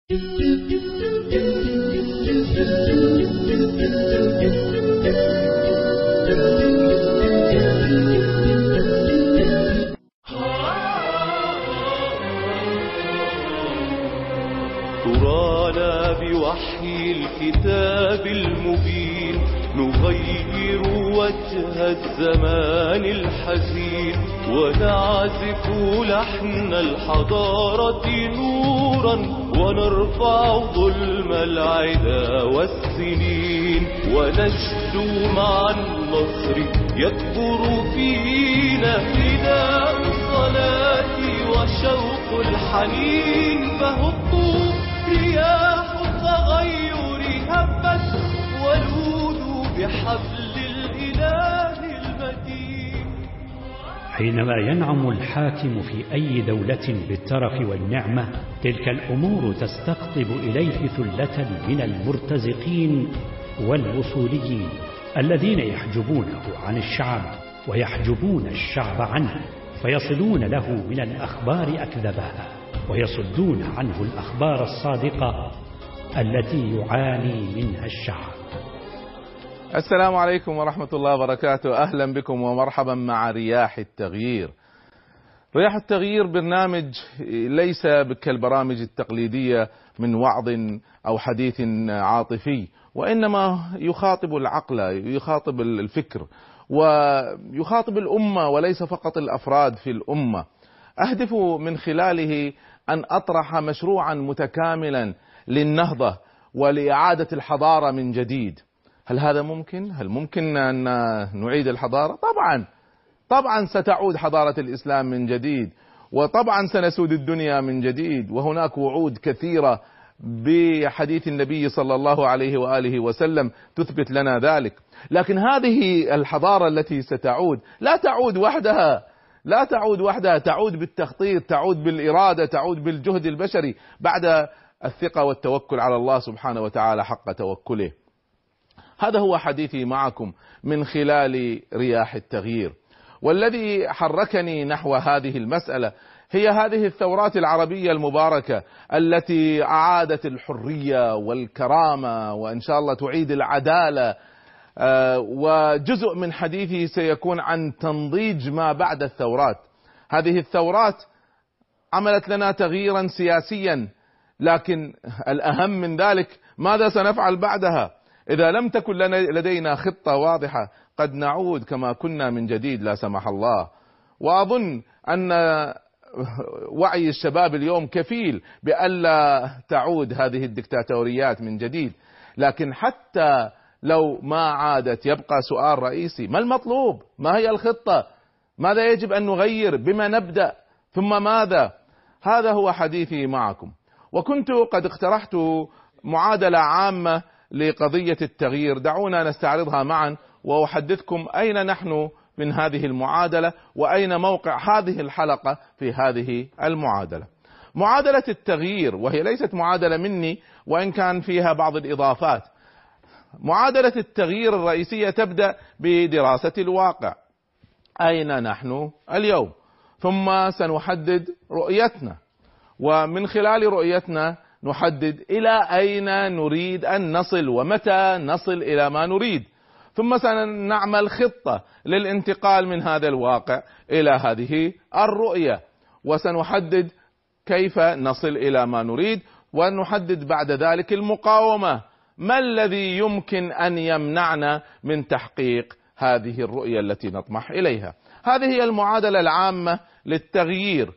ترانا بوحي الكتاب المبين نغير وجه الزمان الحزين، ونعزف لحن الحضارة نورا، ونرفع ظلم العدا والسنين، ونشدو مع النصر يكبر فينا فداء الصلاة وشوق الحنين. فهبوا رياح التغير هبت، ولولوا بحبل الإله المتين. حينما ينعم الحاكم في أي دولة بالترف والنعمة، تلك الأمور تستقطب إليه ثلة من المرتزقين والوصوليين الذين يحجبونه عن الشعب ويحجبون الشعب عنه، فيصلون له من الأخبار أكذبها، ويصدون عنه الأخبار الصادقة التي يعاني منها الشعب. السلام عليكم ورحمة الله وبركاته. أهلا بكم ومرحبا مع رياح التغيير. رياح التغيير برنامج ليس كالبرامج التقليدية من وعظ أو حديث عاطفي، وإنما يخاطب العقل، يخاطب الفكر، ويخاطب الأمة وليس فقط الأفراد في الأمة. أهدف من خلاله أن أطرح مشروعا متكاملا للنهضة ولإعادة الحضارة من جديد. هل هذا ممكن؟ هل ممكن أن نعيد الحضارة؟ طبعا ستعود حضارة الإسلام من جديد، وطبعا سنسود الدنيا من جديد، وهناك وعود كثيرة بحديث النبي صلى الله عليه وآله وسلم تثبت لنا ذلك. لكن هذه الحضارة التي ستعود لا تعود وحدها، تعود بالتخطيط، تعود بالإرادة، تعود بالجهد البشري بعد الثقة والتوكل على الله سبحانه وتعالى حق توكله. هذا هو حديثي معكم من خلال رياح التغيير، والذي حركني نحو هذه المسألة هي هذه الثورات العربية المباركة التي أعادت الحرية والكرامة، وإن شاء الله تعيد العدالة. وجزء من حديثي سيكون عن تنضيج ما بعد الثورات. هذه الثورات عملت لنا تغييرا سياسيا، لكن الأهم من ذلك ماذا سنفعل بعدها؟ إذا لم تكن لدينا خطة واضحة قد نعود كما كنا من جديد لا سمح الله. وأظن أن وعي الشباب اليوم كفيل بألا تعود هذه الدكتاتوريات من جديد. لكن حتى لو ما عادت يبقى سؤال رئيسي: ما المطلوب؟ ما هي الخطة؟ ماذا يجب أن نغير؟ بما نبدأ؟ ثم ماذا؟ هذا هو حديثي معكم. وكنت قد اقترحت معادلة عامة لقضية التغيير، دعونا نستعرضها معا وأحدثكم أين نحن من هذه المعادلة، وأين موقع هذه الحلقة في هذه المعادلة. معادلة التغيير، وهي ليست معادلة مني وإن كان فيها بعض الإضافات. معادلة التغيير الرئيسية تبدأ بدراسة الواقع، أين نحن اليوم، ثم سنحدد رؤيتنا، ومن خلال رؤيتنا نحدد إلى أين نريد أن نصل ومتى نصل إلى ما نريد، ثم سنعمل خطة للانتقال من هذا الواقع إلى هذه الرؤية، وسنحدد كيف نصل إلى ما نريد، ونحدد بعد ذلك المقاومة، ما الذي يمكن أن يمنعنا من تحقيق هذه الرؤية التي نطمح إليها. هذه هي المعادلة العامة للتغيير.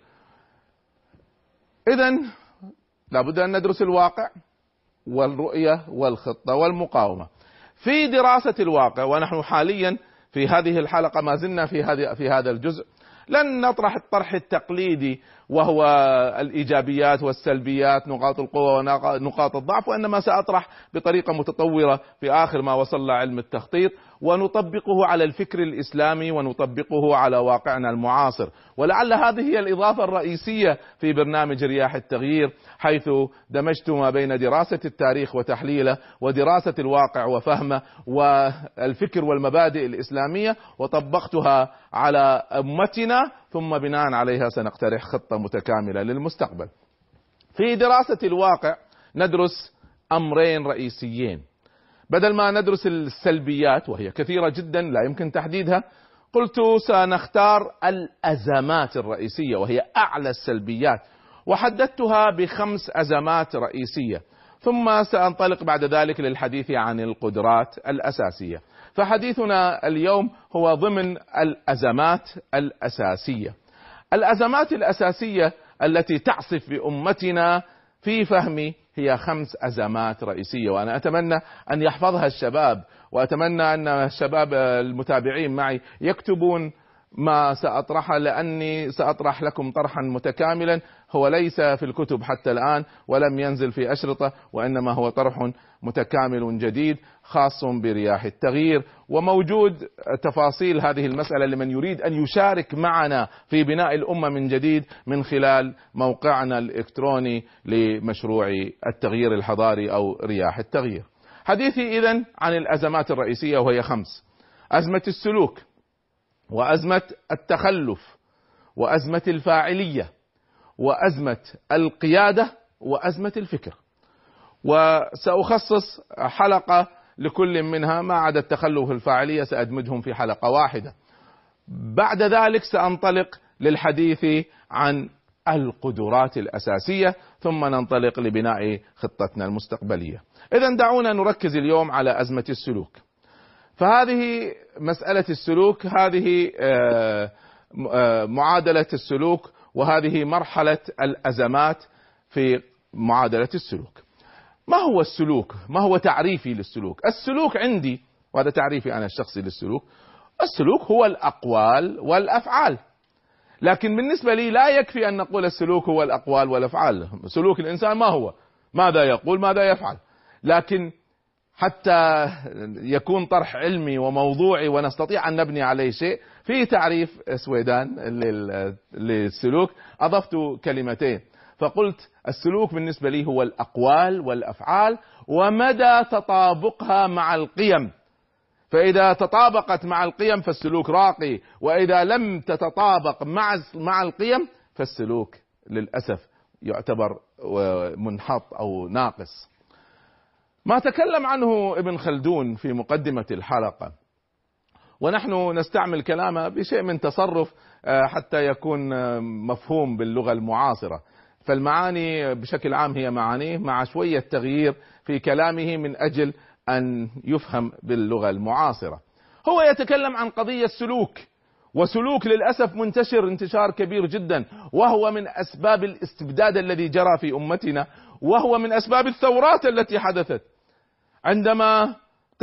إذن لابد أن ندرس الواقع والرؤية والخطة والمقاومة. في دراسة الواقع، ونحن حاليا في هذه الحلقة ما زلنا في هذا الجزء، لن نطرح الطرح التقليدي وهو الإيجابيات والسلبيات، نقاط القوة ونقاط الضعف، وإنما سأطرح بطريقة متطورة في آخر ما وصل علم التخطيط، ونطبقه على الفكر الإسلامي ونطبقه على واقعنا المعاصر. ولعل هذه هي الإضافة الرئيسية في برنامج رياح التغيير، حيث دمجت ما بين دراسة التاريخ وتحليله، ودراسة الواقع وفهمه، والفكر والمبادئ الإسلامية، وطبقتها على أمتنا، ثم بناء عليها سنقترح خطة متكاملة للمستقبل. في دراسة الواقع ندرس أمرين رئيسيين. بدل ما ندرس السلبيات وهي كثيرة جدا لا يمكن تحديدها، قلت سنختار الأزمات الرئيسية وهي أعلى السلبيات، وحددتها ب5 أزمات رئيسية، ثم سأنطلق بعد ذلك للحديث عن القدرات الأساسية. فحديثنا اليوم هو ضمن الأزمات الأساسية. الأزمات الأساسية التي تعصف بأمتنا في فهمي هي 5 أزمات رئيسية، وأنا أتمنى أن يحفظها الشباب، وأتمنى أن الشباب المتابعين معي يكتبون ما سأطرحه، لأني سأطرح لكم طرحا متكاملا هو ليس في الكتب حتى الآن ولم ينزل في أشرطة، وإنما هو طرح متكامل جديد خاص برياح التغيير، وموجود تفاصيل هذه المسألة لمن يريد أن يشارك معنا في بناء الأمة من جديد من خلال موقعنا الإلكتروني لمشروع التغيير الحضاري أو رياح التغيير. حديثي إذن عن الأزمات الرئيسية وهي 5: أزمة السلوك، وأزمة التخلف، وأزمة الفاعلية، وأزمة القيادة، وأزمة الفكر. وسأخصص حلقة لكل منها، ما عدا التخلف والفاعلية سأدمجهم في حلقة واحدة. بعد ذلك سأنطلق للحديث عن القدرات الأساسية، ثم ننطلق لبناء خطتنا المستقبلية. إذن دعونا نركز اليوم على أزمة السلوك. فهذه مسألة السلوك، هذه معادلة السلوك، وهذه مرحلة الأزمات في معادلة السلوك. ما هو السلوك؟ ما هو تعريفي للسلوك؟ السلوك عندي، وهذا تعريفي أنا الشخصي للسلوك، السلوك هو الأقوال والأفعال. لكن بالنسبة لي لا يكفي أن نقول السلوك هو الأقوال والأفعال. سلوك الإنسان ما هو؟ ماذا يقول، ماذا يفعل. لكن حتى يكون طرح علمي وموضوعي ونستطيع أن نبني عليه شيء، في تعريف سويدان للسلوك أضفت كلمتين، فقلت السلوك بالنسبة لي هو الأقوال والأفعال ومدى تطابقها مع القيم. فإذا تطابقت مع القيم فالسلوك راقي، وإذا لم تتطابق مع القيم فالسلوك للأسف يعتبر منحط أو ناقص. ما تكلم عنه ابن خلدون في مقدمة الحلقة، ونحن نستعمل كلامه بشيء من تصرف حتى يكون مفهوم باللغة المعاصرة، فالمعاني بشكل عام هي معانيه مع شوية تغيير في كلامه من أجل أن يفهم باللغة المعاصرة. هو يتكلم عن قضية سلوك، وسلوك للأسف منتشر انتشار كبير جدا، وهو من أسباب الاستبداد الذي جرى في أمتنا، وهو من أسباب الثورات التي حدثت. عندما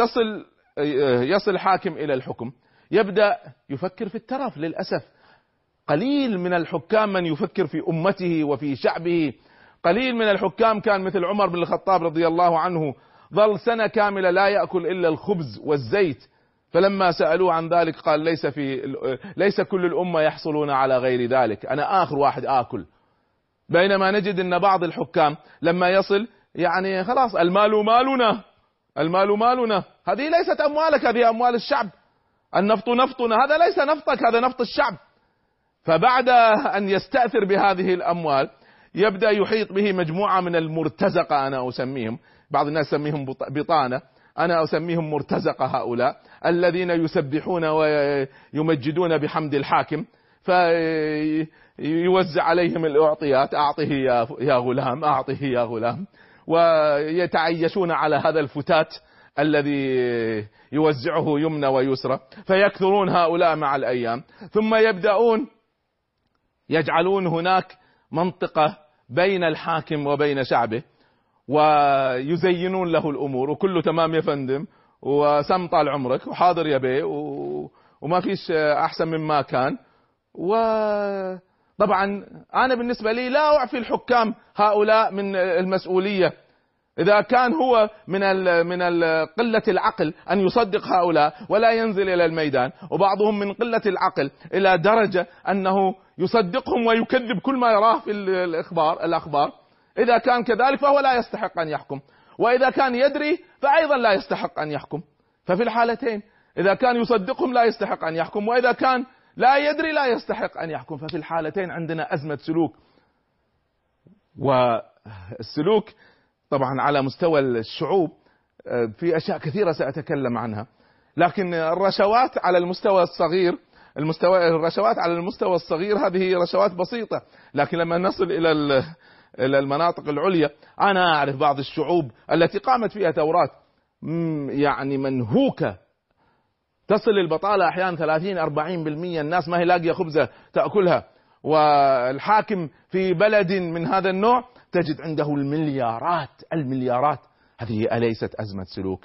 يصل حاكم إلى الحكم يبدأ يفكر في الترف للأسف. قليل من الحكام من يفكر في أمته وفي شعبه. قليل من الحكام كان مثل عمر بن الخطاب رضي الله عنه، ظل سنة كاملة لا يأكل إلا الخبز والزيت، فلما سألوه عن ذلك قال ليس كل الأمة يحصلون على غير ذلك، أنا آخر واحد آكل. بينما نجد أن بعض الحكام لما يصل يعني خلاص المال مالنا، المال مالنا، هذه ليست أموالك، هذه أموال الشعب. النفط نفطنا، هذا ليس نفطك، هذا نفط الشعب. فبعد أن يستأثر بهذه الأموال يبدأ يحيط به مجموعة من المرتزقة، أنا أسميهم، بعض الناس يسميهم بطانة، أنا أسميهم مرتزقة، هؤلاء الذين يسبحون ويمجدون بحمد الحاكم، فيوزع عليهم الأعطيات، أعطه يا غلام، أعطه يا غلام، ويتعيشون على هذا الفتات الذي يوزعه يمنى ويسرى، فيكثرون هؤلاء مع الأيام، ثم يبدأون يجعلون هناك منطقة بين الحاكم وبين شعبه، ويزينون له الأمور، وكله تمام يا فندم، وسم طال عمرك، وحاضر يا بيه، وما فيش أحسن مما كان. وطبعا أنا بالنسبة لي لا أعفي الحكام هؤلاء من المسؤولية. إذا كان هو من قلة العقل أن يصدق هؤلاء ولا ينزل إلى الميدان، وبعضهم من قلة العقل إلى درجة أنه يصدقهم ويكذب كل ما يراه في الأخبار، إذا كان كذلك فهو لا يستحق أن يحكم، وإذا كان يدري فأيضا لا يستحق أن يحكم. ففي الحالتين إذا كان يصدقهم لا يستحق أن يحكم، وإذا كان لا يدري لا يستحق أن يحكم. ففي الحالتين عندنا أزمة سلوك. والسلوك طبعا على مستوى الشعوب في أشياء كثيرة سأتكلم عنها، لكن الرشوات على المستوى الصغير، الرشوات على المستوى الصغير هذه رشوات بسيطة، لكن لما نصل إلى المناطق العليا، أنا أعرف بعض الشعوب التي قامت فيها ثورات يعني منهوكة، تصل البطالة أحيانا 30-40%، الناس ما هي لاقية خبزة تأكلها، والحاكم في بلد من هذا النوع تجد عنده المليارات. هذه أليست أزمة سلوك؟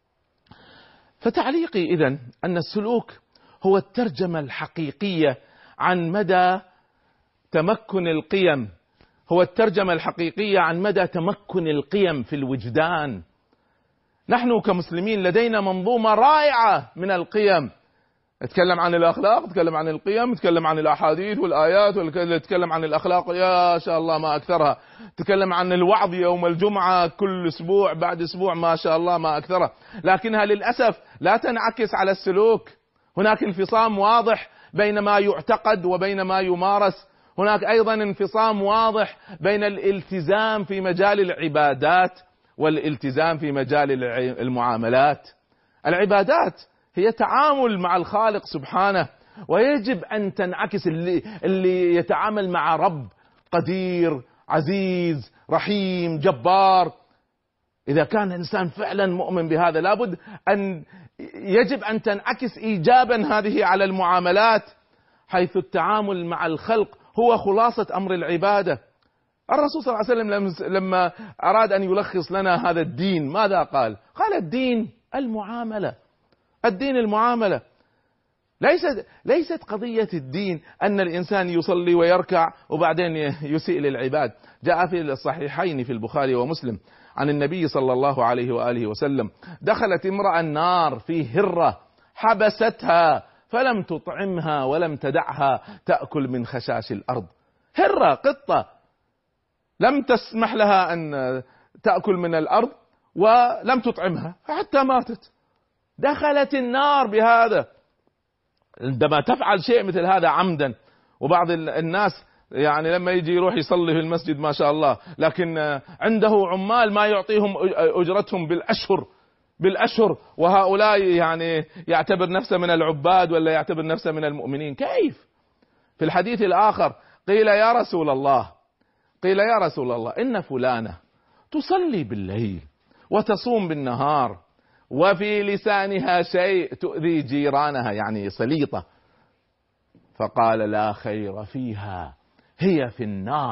فتعليقي إذن أن السلوك هو الترجمة الحقيقية عن مدى تمكن القيم، هو الترجمة الحقيقية عن مدى تمكن القيم في الوجدان. نحن كمسلمين لدينا منظومة رائعة من القيم، نتكلم عن الأخلاق، نتكلم عن القيم، نتكلم عن الأحاديث والآيات، نتكلم عن الأخلاق يا شاء الله ما أكثرها، نتكلم عن الوعظ يوم الجمعة كل أسبوع بعد أسبوع ما شاء الله ما أكثرها، لكنها للأسف لا تنعكس على السلوك. هناك انفصام واضح بين ما يعتقد وبين ما يمارس، هناك أيضا انفصام واضح بين الالتزام في مجال العبادات والالتزام في مجال المعاملات. العبادات هي تعامل مع الخالق سبحانه، ويجب أن تنعكس اللي يتعامل مع رب قدير عزيز رحيم جبار. إذا كان الإنسان فعلا مؤمن بهذا لابد يجب أن تنعكس إيجابا هذه على المعاملات، حيث التعامل مع الخلق هو خلاصة أمر العبادة. الرسول صلى الله عليه وسلم لما أراد أن يلخص لنا هذا الدين ماذا قال؟ قال الدين المعاملة. الدين المعاملة، ليست قضية الدين أن الإنسان يصلي ويركع وبعدين يسيء للعباد. جاء في الصحيحين في البخاري ومسلم عن النبي صلى الله عليه وآله وسلم: دخلت امرأة النار في هرة حبستها فلم تطعمها ولم تدعها تأكل من خشاش الأرض. هرة قطة لم تسمح لها أن تأكل من الأرض ولم تطعمها حتى ماتت، دخلت النار بهذا. عندما تفعل شيء مثل هذا عمدا، وبعض الناس يعني لما يجي يروح يصلي في المسجد ما شاء الله، لكن عنده عمال ما يعطيهم أجرتهم بالأشهر، وهؤلاء يعني يعتبر نفسه من العباد ولا يعتبر نفسه من المؤمنين. كيف؟ في الحديث الآخر قيل يا رسول الله إن فلانة تصلي بالليل وتصوم بالنهار وفي لسانها شيء تؤذي جيرانها، يعني سليطة. فقال لا خير فيها، هي في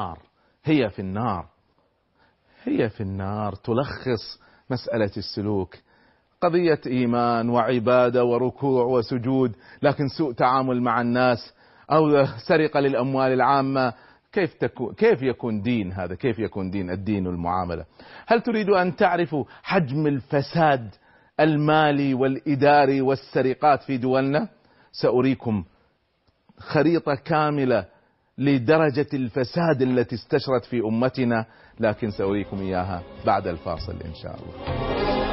النار. تلخص مسألة السلوك قضية إيمان وعبادة وركوع وسجود، لكن سوء تعامل مع الناس أو سرقة للأموال العامة. كيف يكون دين هذا؟ كيف يكون دين؟ الدين المعاملة. هل تريدوا أن تعرفوا حجم الفساد المالي والإداري والسرقات في دولنا؟ سأريكم خريطة كاملة لدرجة الفساد التي استشرت في أمتنا، لكن سأريكم إياها بعد الفاصل إن شاء الله.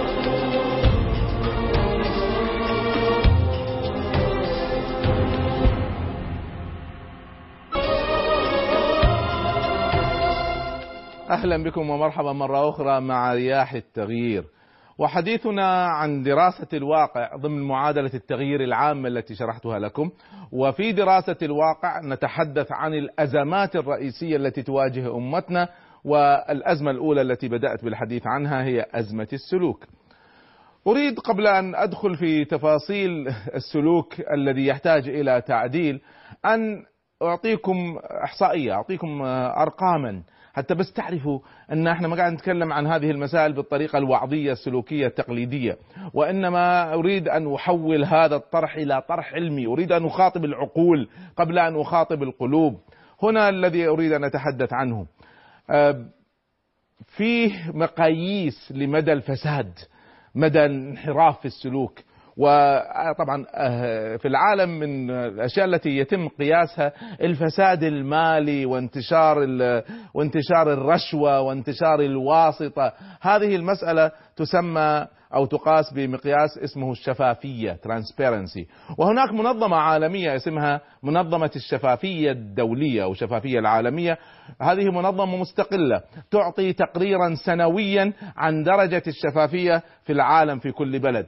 أهلا بكم ومرحبا مرة أخرى مع رياح التغيير، وحديثنا عن دراسة الواقع ضمن معادلة التغيير العامة التي شرحتها لكم. وفي دراسة الواقع نتحدث عن الأزمات الرئيسية التي تواجه أمتنا، والأزمة الأولى التي بدأت بالحديث عنها هي أزمة السلوك. أريد قبل أن أدخل في تفاصيل السلوك الذي يحتاج إلى تعديل أن أعطيكم إحصائية، أعطيكم أرقاما حتى بس تعرفوا أن احنا ما قاعد نتكلم عن هذه المسائل بالطريقة الوعظية السلوكية التقليدية، وإنما أريد أن أحول هذا الطرح إلى طرح علمي، أريد أن أخاطب العقول قبل أن أخاطب القلوب. هنا الذي أريد أن أتحدث عنه. فيه مقاييس لمدى الفساد، مدى الانحراف في السلوك، وطبعا في العالم من الأشياء التي يتم قياسها الفساد المالي وانتشار الرشوة وانتشار الواسطة. هذه المسألة تسمى أو تقاس بمقياس اسمه الشفافية transparency. وهناك منظمة عالمية اسمها منظمة الشفافية الدولية أو الشفافية العالمية. هذه منظمة مستقلة تعطي تقريرا سنويا عن درجة الشفافية في العالم في كل بلد.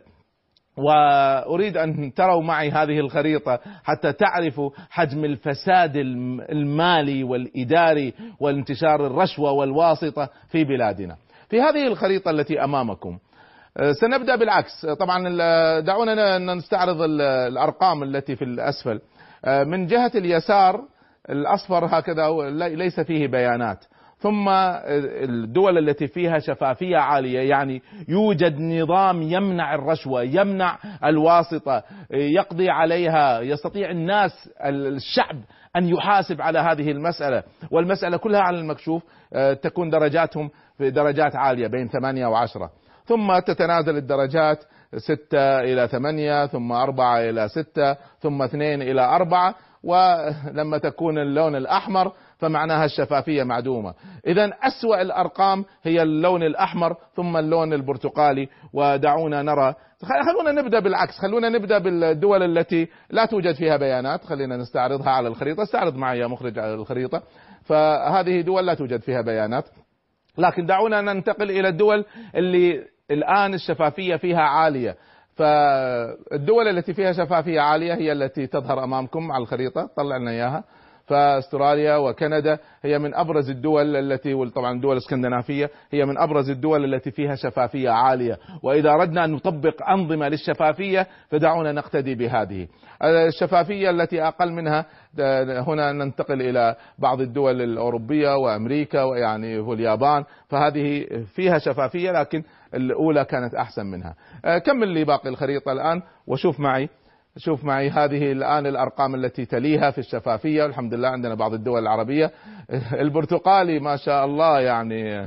وأريد أن تروا معي هذه الخريطة حتى تعرفوا حجم الفساد المالي والإداري وانتشار الرشوة والواسطة في بلادنا. في هذه الخريطة التي أمامكم سنبدأ بالعكس. طبعا دعونا نستعرض الأرقام التي في الأسفل. من جهة اليسار الأصفر هكذا ليس فيه بيانات، ثم الدول التي فيها شفافية عالية يعني يوجد نظام يمنع الرشوة، يمنع الواسطة، يقضي عليها، يستطيع الناس الشعب أن يحاسب على هذه المسألة، والمسألة كلها على المكشوف. تكون درجاتهم في درجات عالية بين 8 و10، ثم تتنازل الدرجات 6 إلى 8، ثم 4 إلى 6، ثم 2 إلى 4. ولما تكون اللون الأحمر فمعناها الشفافية معدومة. إذن أسوأ الأرقام هي اللون الأحمر ثم اللون البرتقالي. ودعونا نرى، خلونا نبدأ بالعكس، خلونا نبدأ بالدول التي لا توجد فيها بيانات. خلينا نستعرضها على الخريطة. استعرض معي يا مخرج على الخريطة. فهذه دول لا توجد فيها بيانات، لكن دعونا ننتقل إلى الدول اللي الآن الشفافية فيها عالية. فالدول التي فيها شفافية عالية هي التي تظهر أمامكم على الخريطة، طلع لنا إياها. فاستراليا وكندا هي من أبرز الدول التي، وطبعا الدول الاسكندنافية هي من أبرز الدول التي فيها شفافية عالية. وإذا أردنا أن نطبق أنظمة للشفافية فدعونا نقتدي بهذه. الشفافية التي أقل منها هنا ننتقل إلى بعض الدول الأوروبية وأمريكا ويعني واليابان، فهذه فيها شفافية لكن الأولى كانت أحسن منها. كمل لي باقي الخريطة الآن وشوف معي هذه الآن الأرقام التي تليها في الشفافية. الحمد لله عندنا بعض الدول العربية. البرتقالي ما شاء الله يعني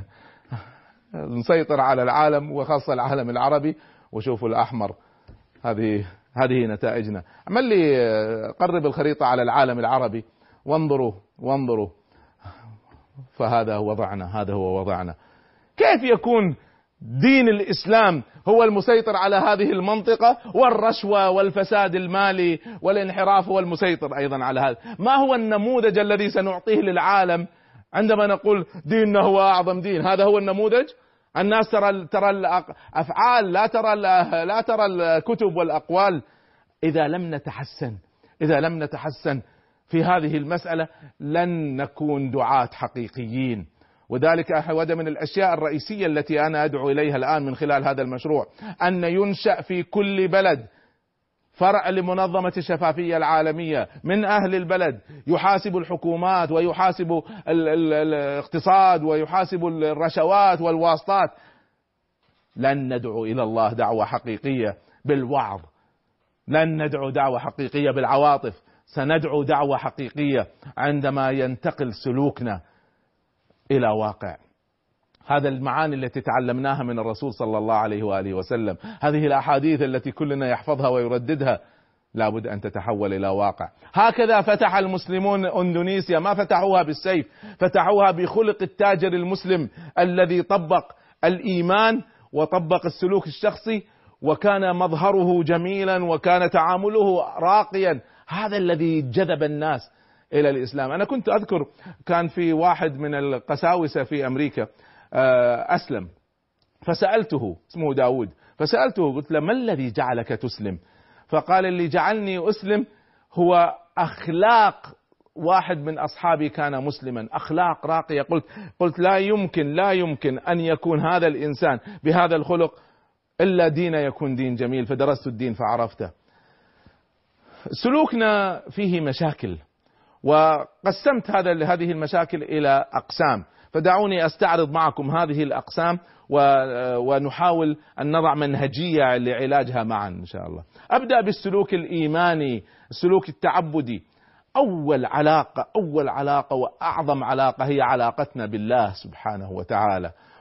نسيطر على العالم وخاصة العالم العربي. وشوفوا الأحمر، هذه نتائجنا. عمل لي قرب الخريطة على العالم العربي وانظروا. فهذا هو وضعنا. كيف يكون دين الإسلام هو المسيطر على هذه المنطقة، والرشوة والفساد المالي والانحراف هو المسيطر أيضا على هذا؟ ما هو النموذج الذي سنعطيه للعالم عندما نقول ديننا هو أعظم دين؟ هذا هو النموذج. الناس ترى الأفعال، لا ترى الكتب والأقوال. إذا لم نتحسن في هذه المسألة لن نكون دعاة حقيقيين. وذلك واحدة من الأشياء الرئيسية التي أنا أدعو إليها الآن من خلال هذا المشروع، أن ينشأ في كل بلد فرع لمنظمة الشفافية العالمية من أهل البلد، يحاسب الحكومات ويحاسب الاقتصاد ويحاسب الرشوات والواسطات. لن ندعو إلى الله دعوة حقيقية بالوعظ، لن ندعو دعوة حقيقية بالعواطف، سندعو دعوة حقيقية عندما ينتقل سلوكنا إلى واقع. هذا المعاني التي تعلمناها من الرسول صلى الله عليه وآله وسلم، هذه الأحاديث التي كلنا يحفظها ويرددها، لابد أن تتحول إلى واقع. هكذا فتح المسلمون أندونيسيا، ما فتحوها بالسيف، فتحوها بخلق التاجر المسلم الذي طبق الإيمان وطبق السلوك الشخصي، وكان مظهره جميلا وكان تعامله راقيا. هذا الذي جذب الناس إلى الإسلام. أنا كنت أذكر كان في واحد من القساوسة في أمريكا أسلم، فسألته، اسمه داود، فسألته قلت له: ما الذي جعلك تسلم؟ فقال: اللي جعلني أسلم هو أخلاق واحد من أصحابي كان مسلما، أخلاق راقية. قلت لا يمكن أن يكون هذا الإنسان بهذا الخلق إلا دين يكون دين جميل. فدرست الدين فعرفته. سلوكنا فيه مشاكل، وقسمت هذه المشاكل إلى أقسام، فدعوني أستعرض معكم هذه الأقسام ونحاول أن نضع منهجية لعلاجها معا إن شاء الله. أبدأ بالسلوك الإيماني، السلوك التعبدي. أول علاقة وأعظم علاقة هي علاقتنا بالله سبحانه وتعالى.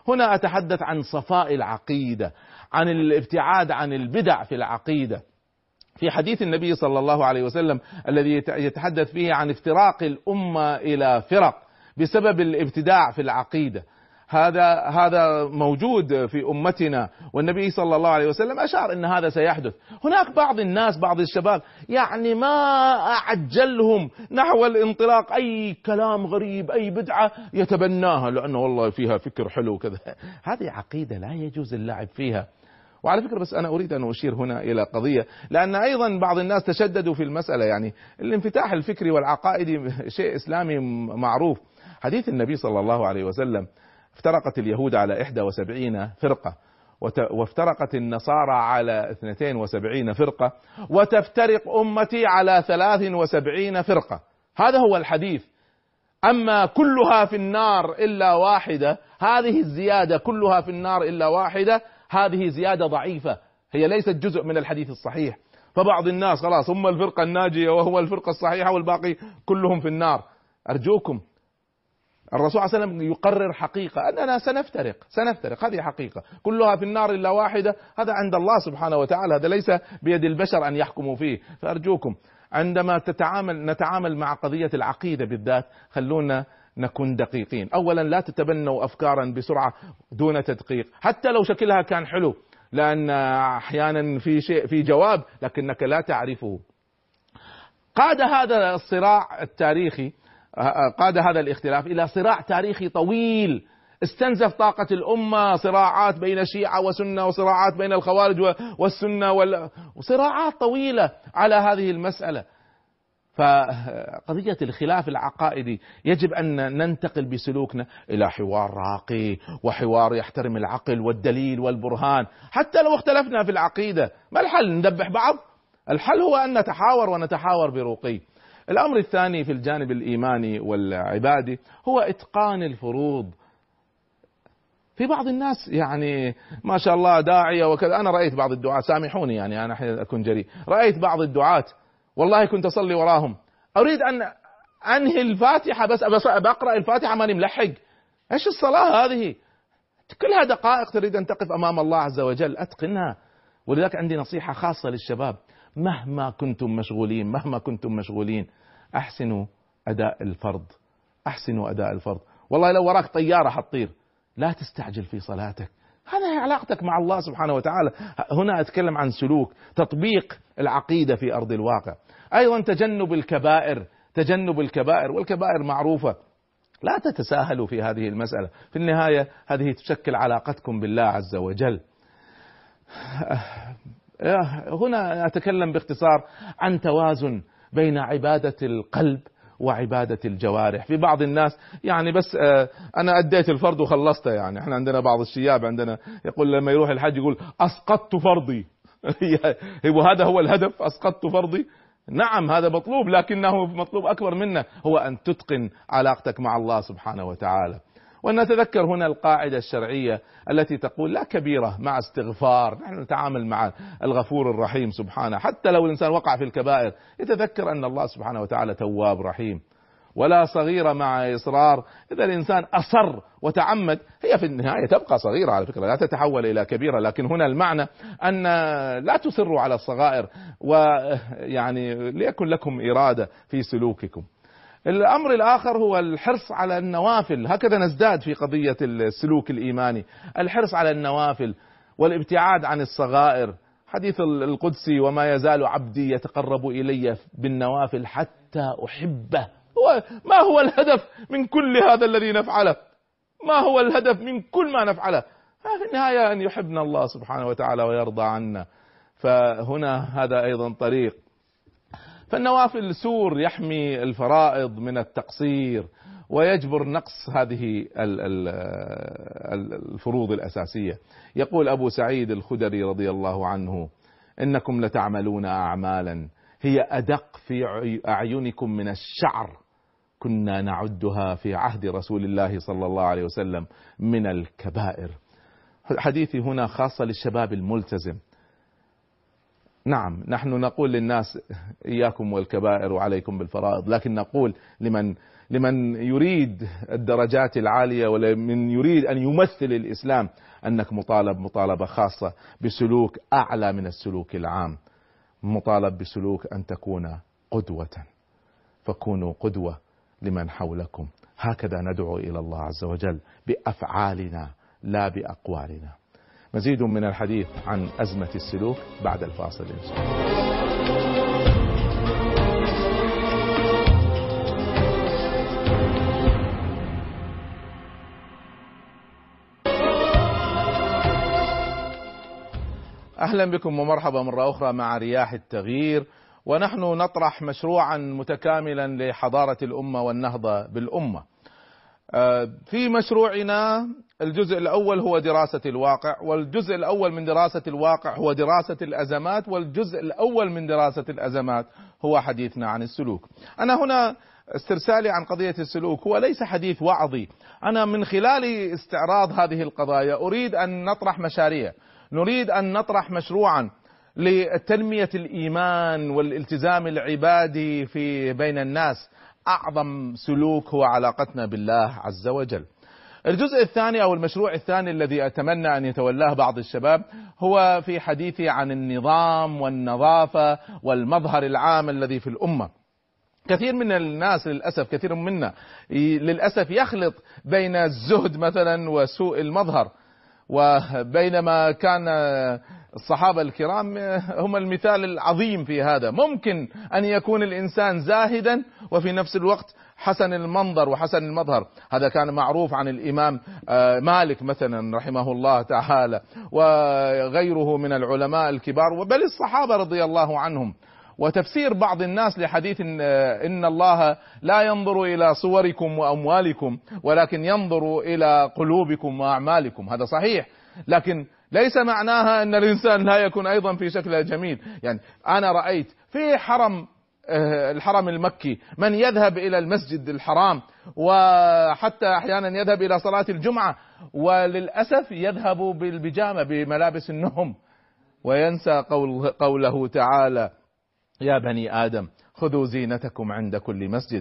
هنا أتحدث عن صفاء العقيدة، عن الابتعاد عن البدع في العقيدة. في حديث النبي صلى الله عليه وسلم الذي يتحدث فيه عن افتراق الأمة إلى فرق بسبب الابتداع في العقيدة، هذا موجود في أمتنا، والنبي صلى الله عليه وسلم أشار أن هذا سيحدث. هناك بعض الناس، بعض الشباب يعني ما أعجلهم نحو الانطلاق، أي كلام غريب، أي بدعة يتبناها لأنه والله فيها فكر حلو كذا. هذه عقيدة لا يجوز اللعب فيها. وعلى فكرة بس أنا أريد أن أشير هنا إلى قضية، لأن أيضا بعض الناس تشددوا في المسألة. يعني الانفتاح الفكري والعقائدي شيء إسلامي معروف. حديث النبي صلى الله عليه وسلم: افترقت اليهود على 71 فرقة، وافترقت النصارى على 72 فرقة، وتفترق أمتي على 73 فرقة. هذا هو الحديث. أما كلها في النار إلا واحدة، هذه الزيادة كلها في النار إلا واحدة، هذه زيادة ضعيفة، هي ليست جزء من الحديث الصحيح. فبعض الناس خلاص هم الفرقة الناجية وهو الفرقة الصحيحة والباقي كلهم في النار. أرجوكم، الرسول صلى الله عليه وسلم يقرر حقيقة أننا سنفترق، هذه حقيقة، كلها في النار إلا واحدة، هذا عند الله سبحانه وتعالى، هذا ليس بيد البشر أن يحكموا فيه. فأرجوكم عندما نتعامل مع قضية العقيدة بالذات خلونا نكون دقيقين. أولا لا تتبنوا أفكارا بسرعة دون تدقيق، حتى لو شكلها كان حلو، لأن أحيانا في شيء في جواب لكنك لا تعرفه. قاد هذا الصراع التاريخي، قاد هذا الاختلاف إلى صراع تاريخي طويل استنزف طاقة الأمة، صراعات بين شيعة وسنة، وصراعات بين الخوارج والسنة، وصراعات طويلة على هذه المسألة. فقضية الخلاف العقائدي يجب أن ننتقل بسلوكنا إلى حوار راقي، وحوار يحترم العقل والدليل والبرهان. حتى لو اختلفنا في العقيدة، ما الحل؟ نذبح بعض؟ الحل هو أن نتحاور، ونتحاور برقي. الأمر الثاني في الجانب الإيماني والعبادي هو إتقان الفروض. في بعض الناس يعني ما شاء الله داعية وكذا، أنا رأيت بعض الدعاة، سامحوني يعني أنا أحيانا أكون جريء، رأيت بعض الدعاة والله كنت أصلي وراهم، أريد أن أنهي الفاتحة بس بقرأ الفاتحة ماني ملحق. إيش الصلاة هذه؟ كلها دقائق تريد أن تقف أمام الله عز وجل، أتقنها. ولذلك عندي نصيحة خاصة للشباب: مهما كنتم مشغولين أحسنوا أداء الفرض. والله لو وراك طيارة حتطير، لا تستعجل في صلاتك، هذا علاقتك مع الله سبحانه وتعالى. هنا أتكلم عن سلوك تطبيق العقيدة في أرض الواقع. أيضا تجنب الكبائر، والكبائر معروفة، لا تتساهلوا في هذه المسألة، في النهاية هذه تشكل علاقتكم بالله عز وجل. هنا أتكلم باختصار عن توازن بين عبادة القلب وعبادة الجوارح. في بعض الناس يعني بس أنا أديت الفرض وخلصته، يعني احنا عندنا بعض الشياب عندنا يقول لما يروح الحج يقول أسقطت فرضي. وهذا هو الهدف، أسقطت فرضي؟ نعم هذا مطلوب، لكنه مطلوب أكبر منه، هو أن تتقن علاقتك مع الله سبحانه وتعالى. وأن نتذكر هنا القاعدة الشرعية التي تقول لا كبيرة مع استغفار. نحن نتعامل مع الغفور الرحيم سبحانه، حتى لو الإنسان وقع في الكبائر يتذكر أن الله سبحانه وتعالى تواب رحيم. ولا صغيرة مع إصرار، إذا الإنسان أصر وتعمد هي في النهاية تبقى صغيرة على فكرة، لا تتحول إلى كبيرة، لكن هنا المعنى أن لا تصروا على الصغائر، ويعني ليكن لكم إرادة في سلوككم. الأمر الآخر هو الحرص على النوافل، هكذا نزداد في قضية السلوك الإيماني، الحرص على النوافل والابتعاد عن الصغائر. حديث القدسي: وما يزال عبدي يتقرب إلي بالنوافل حتى أحبه. ما هو الهدف من كل هذا الذي نفعله؟ ما هو الهدف من كل ما نفعله؟ في النهاية أن يحبنا الله سبحانه وتعالى ويرضى عنا. فهنا هذا أيضا طريق. فالنوافل سور يحمي الفرائض من التقصير، ويجبر نقص هذه الفروض الأساسية. يقول أبو سعيد الخدري رضي الله عنه: إنكم لتعملون أعمالا هي أدق في أعينكم من الشعر، كنا نعدها في عهد رسول الله صلى الله عليه وسلم من الكبائر. حديثي هنا خاصة للشباب الملتزم. نعم، نحن نقول للناس إياكم والكبائر وعليكم بالفرائض، لكن نقول لمن يريد الدرجات العالية ولمن يريد أن يمثل الإسلام أنك مطالب مطالبة خاصة بسلوك أعلى من السلوك العام، مطالب بسلوك أن تكون قدوة، فكونوا قدوة لمن حولكم. هكذا ندعو إلى الله عز وجل بأفعالنا لا بأقوالنا. مزيد من الحديث عن أزمة السلوك بعد الفاصل إن شاء الله. أهلا بكم ومرحبا مرة أخرى مع رياح التغيير، ونحن نطرح مشروعا متكاملا لحضارة الأمة والنهضة بالأمة. في مشروعنا الجزء الأول هو دراسة الواقع، والجزء الأول من دراسة الواقع هو دراسة الأزمات، والجزء الأول من دراسة الأزمات هو حديثنا عن السلوك. أنا هنا استرسالي عن قضية السلوك هو ليس حديث وعظي، أنا من خلال استعراض هذه القضايا أريد أن نطرح مشاريع، نريد أن نطرح مشروعا لتنمية الإيمان والالتزام العبادي في بين الناس. أعظم سلوك هو علاقتنا بالله عز وجل. الجزء الثاني أو المشروع الثاني الذي أتمنى أن يتولاه بعض الشباب هو في حديثي عن النظام والنظافة والمظهر العام الذي في الأمة. كثير من الناس للأسف، كثير منا للأسف يخلط بين الزهد مثلا وسوء المظهر، وبينما كان الصحابة الكرام هم المثال العظيم في هذا. ممكن أن يكون الإنسان زاهدا وفي نفس الوقت حسن المنظر وحسن المظهر. هذا كان معروف عن الإمام مالك مثلا رحمه الله تعالى وغيره من العلماء الكبار، بل الصحابة رضي الله عنهم. وتفسير بعض الناس لحديث إن الله لا ينظر إلى صوركم وأموالكم ولكن ينظر إلى قلوبكم وأعمالكم، هذا صحيح، لكن ليس معناها أن الإنسان لا يكون أيضا في شكله جميل. يعني أنا رأيت في الحرم المكي من يذهب إلى المسجد الحرام وحتى أحيانا يذهب إلى صلاة الجمعة وللأسف يذهب بالبيجامة بملابس النوم، وينسى قوله تعالى: يا بني آدم خذوا زينتكم عند كل مسجد.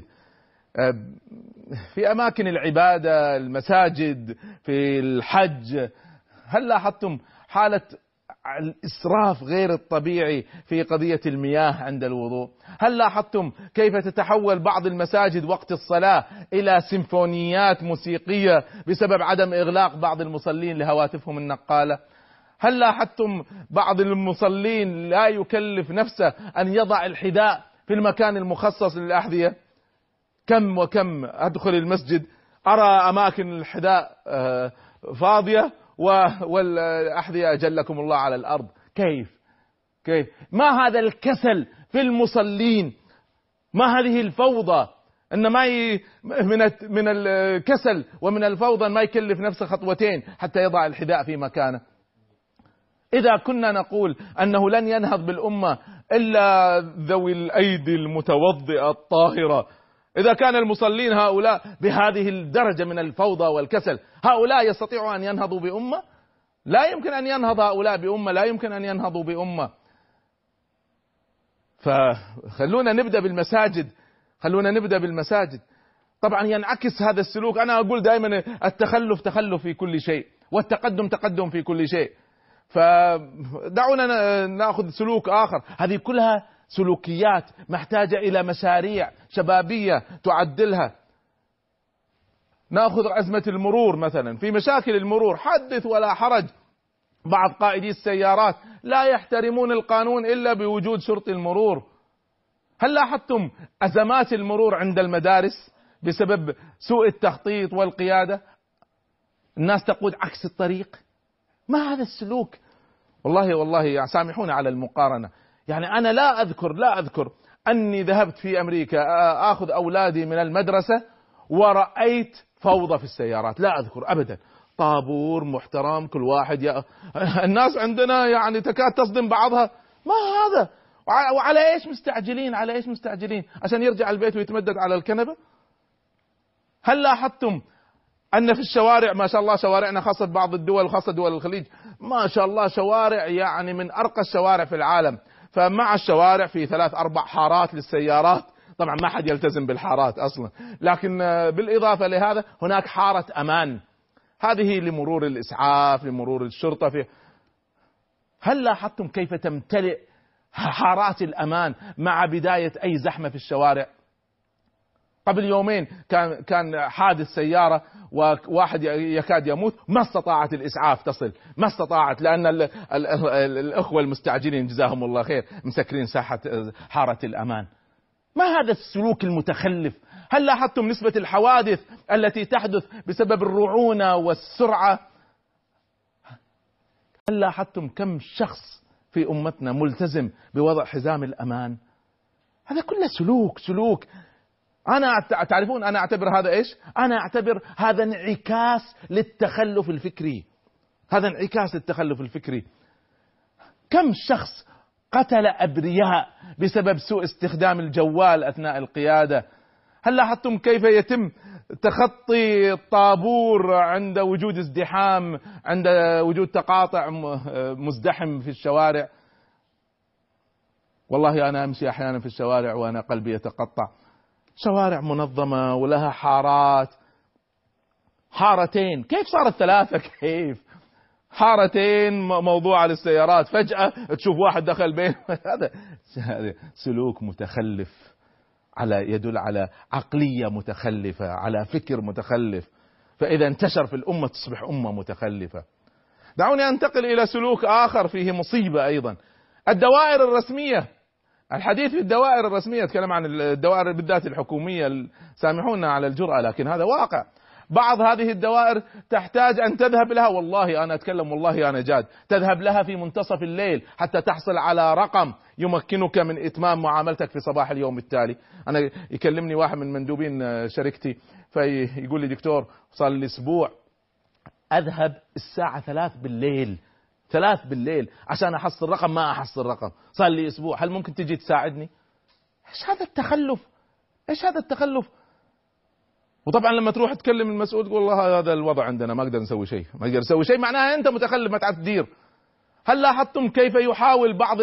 في أماكن العبادة، المساجد، في الحج، هل لاحظتم حالة الإسراف غير الطبيعي في قضية المياه عند الوضوء؟ هل لاحظتم كيف تتحول بعض المساجد وقت الصلاة إلى سيمفونيات موسيقية بسبب عدم إغلاق بعض المصلين لهواتفهم النقالة؟ هل لاحظتم بعض المصلين لا يكلف نفسه أن يضع الحذاء في المكان المخصص للأحذية؟ كم وكم أدخل المسجد أرى أماكن الحذاء فاضية والأحذية أجلكم الله على الأرض. كيف ما هذا الكسل في المصلين؟ ما هذه الفوضى؟ إن من الكسل ومن الفوضى ما يكلف نفسه خطوتين حتى يضع الحذاء في مكانه. إذا كنا نقول أنه لن ينهض بالأمة إلا ذوي الأيدي المتوضئة الطاهرة، إذا كان المصلين هؤلاء بهذه الدرجة من الفوضى والكسل، هؤلاء يستطيعوا أن ينهضوا بأمة؟ لا يمكن أن ينهض هؤلاء بأمة، لا يمكن أن ينهضوا بأمة. فخلونا نبدأ بالمساجد. طبعا ينعكس هذا السلوك. أنا أقول دائما التخلف تخلف في كل شيء، والتقدم تقدم في كل شيء. فدعونا نأخذ سلوك آخر. هذه كلها سلوكيات محتاجة إلى مشاريع شبابية تعدلها. نأخذ أزمة المرور مثلا. في مشاكل المرور حدث ولا حرج، بعض قائدي السيارات لا يحترمون القانون إلا بوجود شرطي المرور. هل لاحظتم أزمات المرور عند المدارس بسبب سوء التخطيط والقيادة؟ الناس تقود عكس الطريق. ما هذا السلوك؟ والله سامحوني على المقارنة، يعني أنا لا أذكر أني ذهبت في أمريكا أخذ أولادي من المدرسة ورأيت فوضى في السيارات، لا أذكر أبدا. طابور محترم، كل واحد الناس عندنا يعني تكاد تصدم بعضها. ما هذا؟ وعلى إيش مستعجلين؟ عشان يرجع البيت ويتمدد على الكنبة؟ هل لاحظتم أن في الشوارع ما شاء الله، شوارعنا خاصة بعض الدول، خاصة دول الخليج، ما شاء الله شوارع يعني من أرقى الشوارع في العالم، فمع الشوارع في 3-4 حارات للسيارات، طبعا ما حد يلتزم بالحارات أصلا، لكن بالإضافة لهذا هناك حارة أمان، هذه لمرور الإسعاف، لمرور الشرطة. هل لاحظتم كيف تمتلئ حارات الأمان مع بداية أي زحمة في الشوارع؟ قبل يومين كان حادث سيارة وواحد يكاد يموت، ما استطاعت الإسعاف تصل، ما استطاعت، لأن الأخوة المستعجلين جزاهم الله خير مسكرين ساحة حارة الأمان. ما هذا السلوك المتخلف؟ هل لاحظتم نسبة الحوادث التي تحدث بسبب الرعونة والسرعة؟ هل لاحظتم كم شخص في أمتنا ملتزم بوضع حزام الأمان؟ هذا كله سلوك. تعرفون أنا أعتبر هذا إيش؟ أنا أعتبر هذا انعكاس للتخلف الفكري، هذا انعكاس للتخلف الفكري. كم شخص قتل أبرياء بسبب سوء استخدام الجوال أثناء القيادة؟ هل لاحظتم كيف يتم تخطي الطابور عند وجود ازدحام، عند وجود تقاطع مزدحم في الشوارع؟ والله أنا أمشي أحيانا في الشوارع وأنا قلبي يتقطع. شوارع منظمة ولها حارات، حارتين كيف صارت 3؟ كيف حارتين موضوعة للسيارات، فجأة تشوف واحد دخل بين هذا سلوك متخلف، يدل على عقلية متخلفة، على فكر متخلف، فإذا انتشر في الأمة تصبح أمة متخلفة. دعوني أنتقل إلى سلوك آخر فيه مصيبة أيضا، الدوائر الرسمية. الحديث في الدوائر الرسمية، أتكلم عن الدوائر بالذات الحكومية، سامحونا على الجرأة لكن هذا واقع. بعض هذه الدوائر تحتاج أن تذهب لها، والله أنا أتكلم والله أنا جاد، تذهب لها في منتصف الليل حتى تحصل على رقم يمكنك من إتمام معاملتك في صباح اليوم التالي. أنا يكلمني واحد من مندوبين شركتي فيقول لي دكتور صار لي أسبوع أذهب الساعة 3 بالليل عشان أحصل رقم، ما أحصل رقم، صار لي أسبوع، هل ممكن تجي تساعدني؟ إيش هذا التخلف؟ إيش هذا التخلف؟ وطبعا لما تروح تكلم المسؤول تقول والله هذا الوضع عندنا ما اقدر نسوي شيء، ما اقدر اسوي شيء، معناها انت متخلف ما تعرف تدير. هل لاحظتم كيف يحاول بعض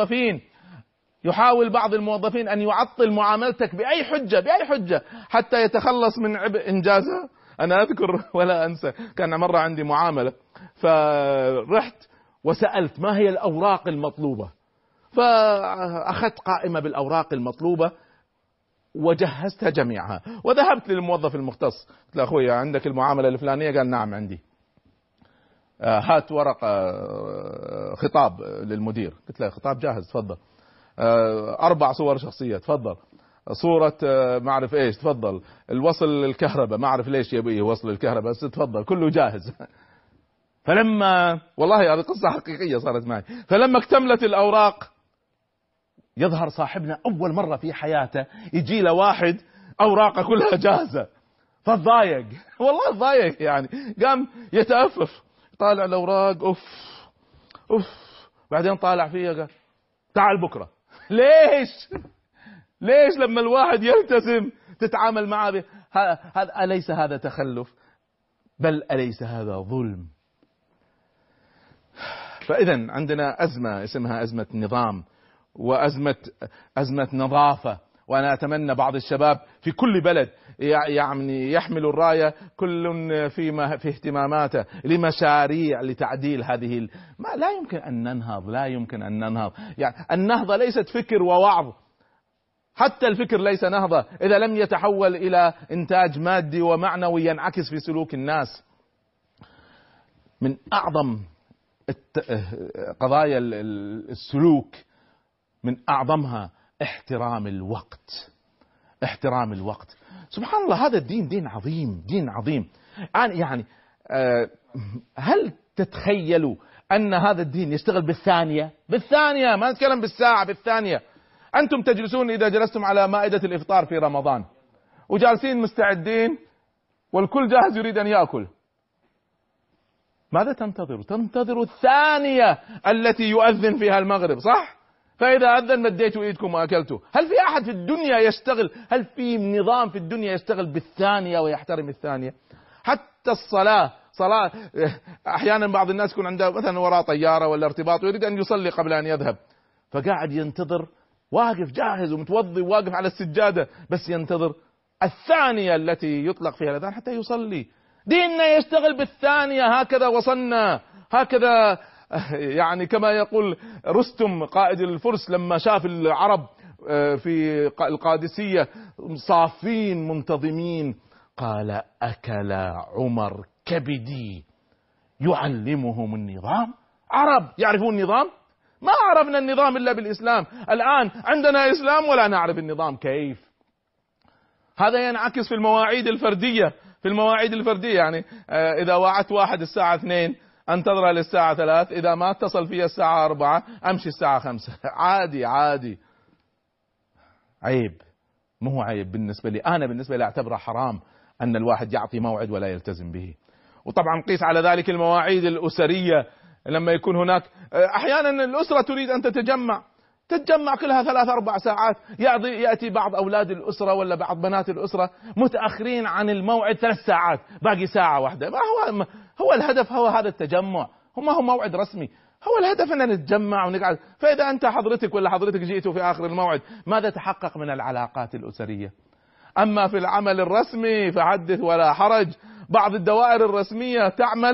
الموظفين ان يعطل معاملتك باي حجة حتى يتخلص من عبء انجازها؟ انا اذكر ولا انسى، كان مرة عندي معاملة فرحت وسألت ما هي الاوراق المطلوبة، فاخذت قائمة بالاوراق المطلوبة وجهزتها جميعها وذهبت للموظف المختص، قلت له اخوي عندك المعاملة الفلانية؟ قال نعم عندي. هات ورقة خطاب للمدير، قلت له خطاب جاهز تفضل. 4 صور شخصية تفضل، صورة ما اعرف ايش تفضل، الوصل الكهرباء ما اعرف ليش يبي وصل الكهرباء بس تفضل، كله جاهز. فلما والله هذه قصة حقيقية صارت معي، فلما اكتملت الأوراق يظهر صاحبنا أول مرة في حياته يجي له واحد أوراقه كلها جاهزة، فضايق والله ضايق، يعني قام يتأفف طالع الأوراق أوف بعدين طالع فيها قال تعال بكرة. ليش لما الواحد يلتزم تتعامل معه أليس هذا تخلف؟ بل أليس هذا ظلم؟ فإذا عندنا أزمة اسمها أزمة نظام وأزمة نظافة، وأنا أتمنى بعض الشباب في كل بلد يعني يحمل الراية كل في اهتماماته لمشاريع لتعديل هذه لا يمكن أن ننهض. يعني النهضة ليست فكر ووعظ، حتى الفكر ليس نهضة إذا لم يتحول إلى إنتاج مادي ومعنوي ينعكس في سلوك الناس. من أعظم قضايا السلوك، من أعظمها احترام الوقت. سبحان الله، هذا الدين دين عظيم. يعني هل تتخيلوا أن هذا الدين يشتغل بالثانية، ما نتكلم بالساعة، بالثانية. أنتم تجلسون إذا جلستم على مائدة الإفطار في رمضان وجالسين مستعدين والكل جاهز يريد أن يأكل، ماذا تنتظر الثانية التي يؤذن فيها المغرب، صح؟ فإذا أذن مديتوا إيدكم وأكلتوا. هل في أحد في الدنيا يشتغل، هل في نظام في الدنيا يشتغل بالثانية ويحترم الثانية؟ حتى الصلاة أحيانا بعض الناس يكون عنده مثلا وراء طيارة ولا ارتباط ويريد أن يصلي قبل أن يذهب، فقاعد ينتظر، واقف جاهز ومتوضي وواقف على السجادة، بس ينتظر الثانية التي يطلق فيها الأذان حتى يصلي. ديننا يشتغل بالثانية، هكذا وصلنا، هكذا يعني كما يقول رستم قائد الفرس لما شاف العرب في القادسية صافين منتظمين قال: أكل عمر كبدي يعلمهم النظام. عرب يعرفون النظام؟ ما عرفنا النظام إلا بالإسلام. الآن عندنا إسلام ولا نعرف النظام كيف. هذا ينعكس في المواعيد الفردية. في المواعيد الفردية يعني إذا وعدت واحد الساعة 2 انتظره للساعة 3، إذا ما اتصل فيها الساعة 4 أمشي الساعة 5. عادي عادي. عيب؟ مو عيب بالنسبة لي أنا، بالنسبة لي أعتبره حرام أن الواحد يعطي موعد ولا يلتزم به. وطبعا قيس على ذلك المواعيد الأسرية، لما يكون هناك أحيانا الأسرة تريد أن تتجمع كلها 3-4 ساعات، يأتي بعض أولاد الأسرة ولا بعض بنات الأسرة متأخرين عن الموعد 3 ساعات، باقي ساعة واحدة. ما هو الهدف هو هذا التجمع، ما هو موعد رسمي، هو الهدف أن نتجمع ونقعد. فإذا أنت حضرتك ولا حضرتك جئتوا في آخر الموعد، ماذا تحقق من العلاقات الأسرية؟ أما في العمل الرسمي فحدث ولا حرج. بعض الدوائر الرسمية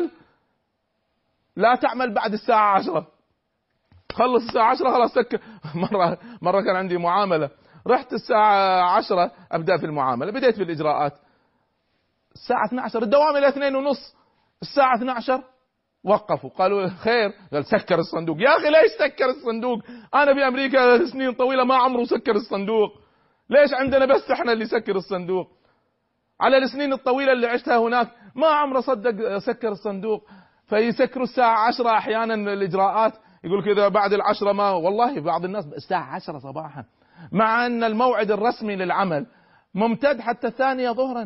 لا تعمل بعد الساعة 10، خلص الساعة 10 خلاص سكر. مرة كان عندي معاملة، رحت الساعة 10 أبدأ في المعاملة، بديت في الإجراءات الساعة 12، الدوام إلى 2:30. الساعة 12 وقفوا قالوا خير، قال سكر الصندوق. يا أخي ليش سكر الصندوق؟ أنا في أمريكا سنين طويلة ما عمره سكر الصندوق، ليش عندنا بس احنا اللي سكر الصندوق؟ على السنين الطويلة اللي عشتها هناك ما عمره صدق سكر الصندوق. فيسكروا الساعة 10 أحيانا الإجراءات، يقول كذا بعد 10 ما، والله بعض الناس الساعة 10 صباحا، مع أن الموعد الرسمي للعمل ممتد حتى 2 ظهرا.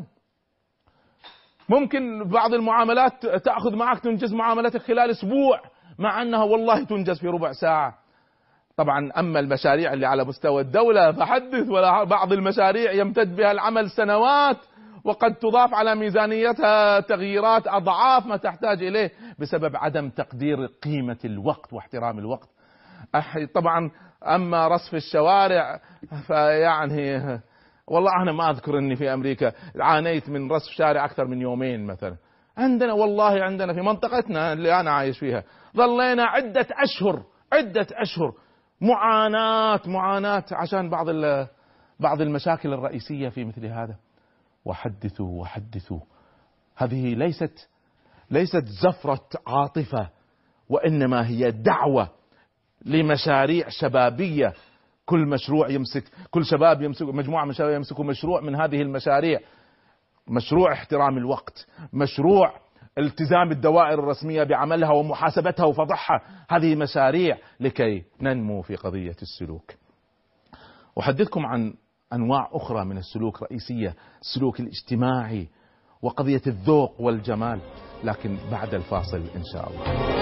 ممكن بعض المعاملات تأخذ معك تنجز معاملتك خلال أسبوع، مع أنها والله تنجز في ربع ساعة. طبعا أما المشاريع اللي على مستوى الدولة فحدث ولا، بعض المشاريع يمتد بها العمل سنوات، وقد تضاف على ميزانيتها تغييرات أضعاف ما تحتاج إليه بسبب عدم تقدير قيمة الوقت واحترام الوقت. طبعا أما رصف الشوارع فيعني والله أنا ما أذكر أني في أمريكا عانيت من رصف شارع أكثر من يومين مثلا. عندنا والله عندنا في منطقتنا اللي أنا عايش فيها ظلينا عدة أشهر معاناة عشان بعض المشاكل الرئيسية في مثل هذا. وحدثوا هذه ليست زفرة عاطفة، وإنما هي دعوة لمشاريع شبابية. كل شباب يمسك مجموعة من الشباب يمسكوا مشروع من هذه المشاريع، مشروع احترام الوقت، مشروع التزام الدوائر الرسمية بعملها ومحاسبتها وفضحها. هذه مشاريع لكي ننمو في قضية السلوك. أحدثكم عن أنواع أخرى من السلوك رئيسية، السلوك الاجتماعي وقضية الذوق والجمال، لكن بعد الفاصل إن شاء الله.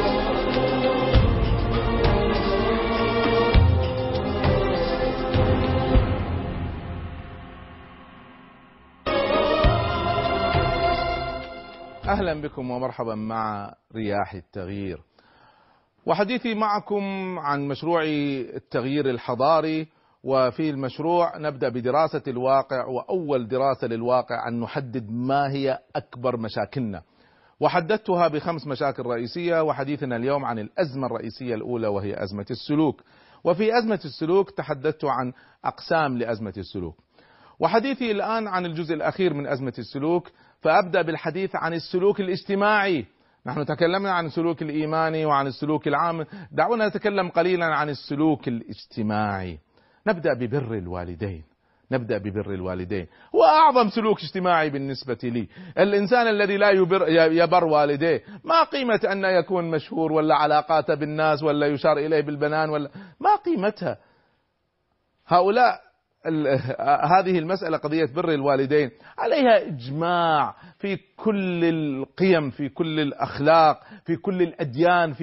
أهلا بكم ومرحبا مع رياح التغيير، وحديثي معكم عن مشروع التغيير الحضاري. وفي المشروع نبدأ بدراسة الواقع، وأول دراسة للواقع أن نحدد ما هي أكبر مشاكلنا، وحددتها ب5 مشاكل رئيسية. وحديثنا اليوم عن الأزمة الرئيسية الأولى وهي أزمة السلوك. وفي أزمة السلوك تحدثت عن أقسام لأزمة السلوك، وحديثي الآن عن الجزء الأخير من أزمة السلوك، فأبدأ بالحديث عن السلوك الاجتماعي. نحن تكلمنا عن السلوك الإيماني وعن السلوك العام، دعونا نتكلم قليلا عن السلوك الاجتماعي. نبدأ ببر الوالدين. هو أعظم سلوك اجتماعي بالنسبة لي. الإنسان الذي لا يبر والديه، ما قيمة أن يكون مشهور ولا علاقاته بالناس ولا يشار إليه بالبنان ولا ما قيمتها. هؤلاء هذه المسألة قضية بر الوالدين عليها إجماع في كل القيم، في كل الأخلاق، في كل الأديان.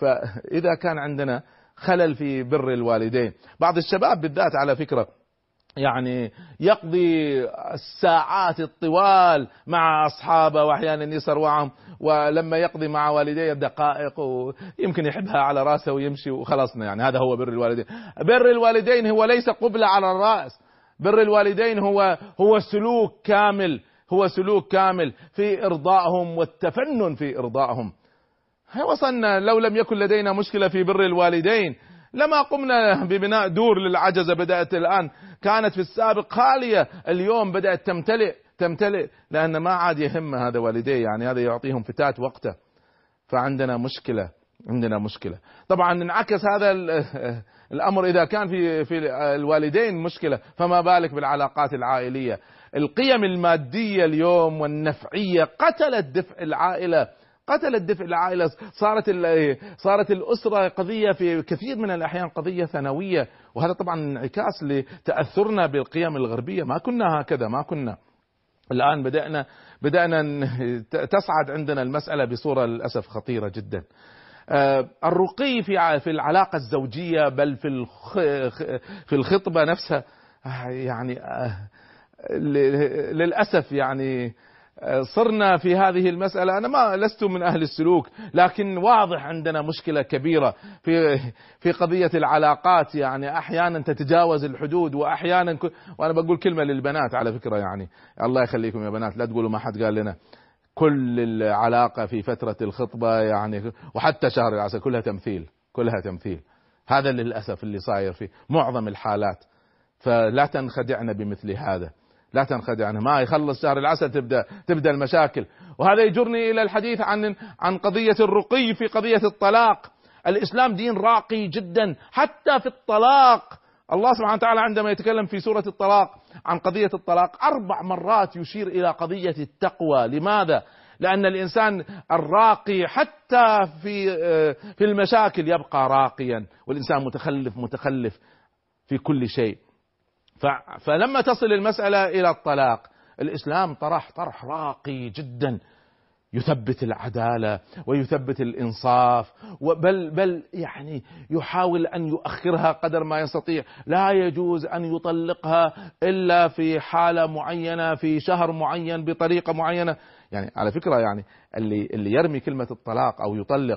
فإذا كان عندنا خلل في بر الوالدين، بعض الشباب بالذات على فكرة يعني يقضي الساعات الطوال مع أصحابه، وأحيانا يسهر معهم، ولما يقضي مع والديه دقائق ويمكن يحبها على رأسه ويمشي وخلصنا. يعني هذا هو بر الوالدين. بر الوالدين هو ليس قبلة على الرأس، بر الوالدين هو سلوك كامل، هو سلوك كامل في إرضائهم والتفنن في إرضائهم. وصلنا لو لم يكن لدينا مشكلة في بر الوالدين لما قمنا ببناء دور للعجزة، بدأت الآن، كانت في السابق خالية، اليوم بدأت تمتلئ لأن ما عاد يهم هذا والديه، يعني هذا يعطيهم فتات وقته. فعندنا مشكلة. طبعا انعكس هذا الأمر إذا كان في الوالدين مشكلة، فما بالك بالعلاقات العائلية. القيم المادية اليوم والنفعية قتلت دفء العائلة. صارت الأسرة قضية في كثير من الأحيان قضية ثانوية، وهذا طبعا انعكاس لتأثرنا بالقيم الغربية. ما كنا هكذا، ما كنا. الآن بدأنا تصعد عندنا المسألة بصورة للأسف خطيرة جدا. الرقي في العلاقة الزوجية، بل في الخطبة نفسها، يعني للأسف يعني صرنا في هذه المسألة. أنا لست من أهل السلوك، لكن واضح عندنا مشكلة كبيرة في قضية العلاقات. يعني أحيانا تتجاوز الحدود، وأحيانا وأنا بقول كلمة للبنات على فكرة، يعني الله يخليكم يا بنات، لا تقولوا ما حد قال لنا. كل العلاقة في فترة الخطبة يعني، وحتى شهر العسل، كلها تمثيل. هذا للأسف اللي صاير في معظم الحالات. فلا تنخدعنا بمثل هذا، لا تنخدعنا. ما يخلص شهر العسل تبدأ المشاكل. وهذا يجرني إلى الحديث عن قضية الرقي في قضية الطلاق. الإسلام دين راقي جدا حتى في الطلاق. الله سبحانه وتعالى عندما يتكلم في سورة الطلاق عن قضية الطلاق 4 مرات يشير إلى قضية التقوى. لماذا؟ لأن الإنسان الراقي حتى في المشاكل يبقى راقيا، والإنسان متخلف في كل شيء. فلما تصل المسألة إلى الطلاق، الإسلام طرح راقي جدا، يثبت العدالة ويثبت الإنصاف، بل يعني يحاول أن يؤخرها قدر ما يستطيع. لا يجوز أن يطلقها إلا في حالة معينة، في شهر معين، بطريقة معينة. يعني على فكرة، يعني اللي يرمي كلمة الطلاق أو يطلق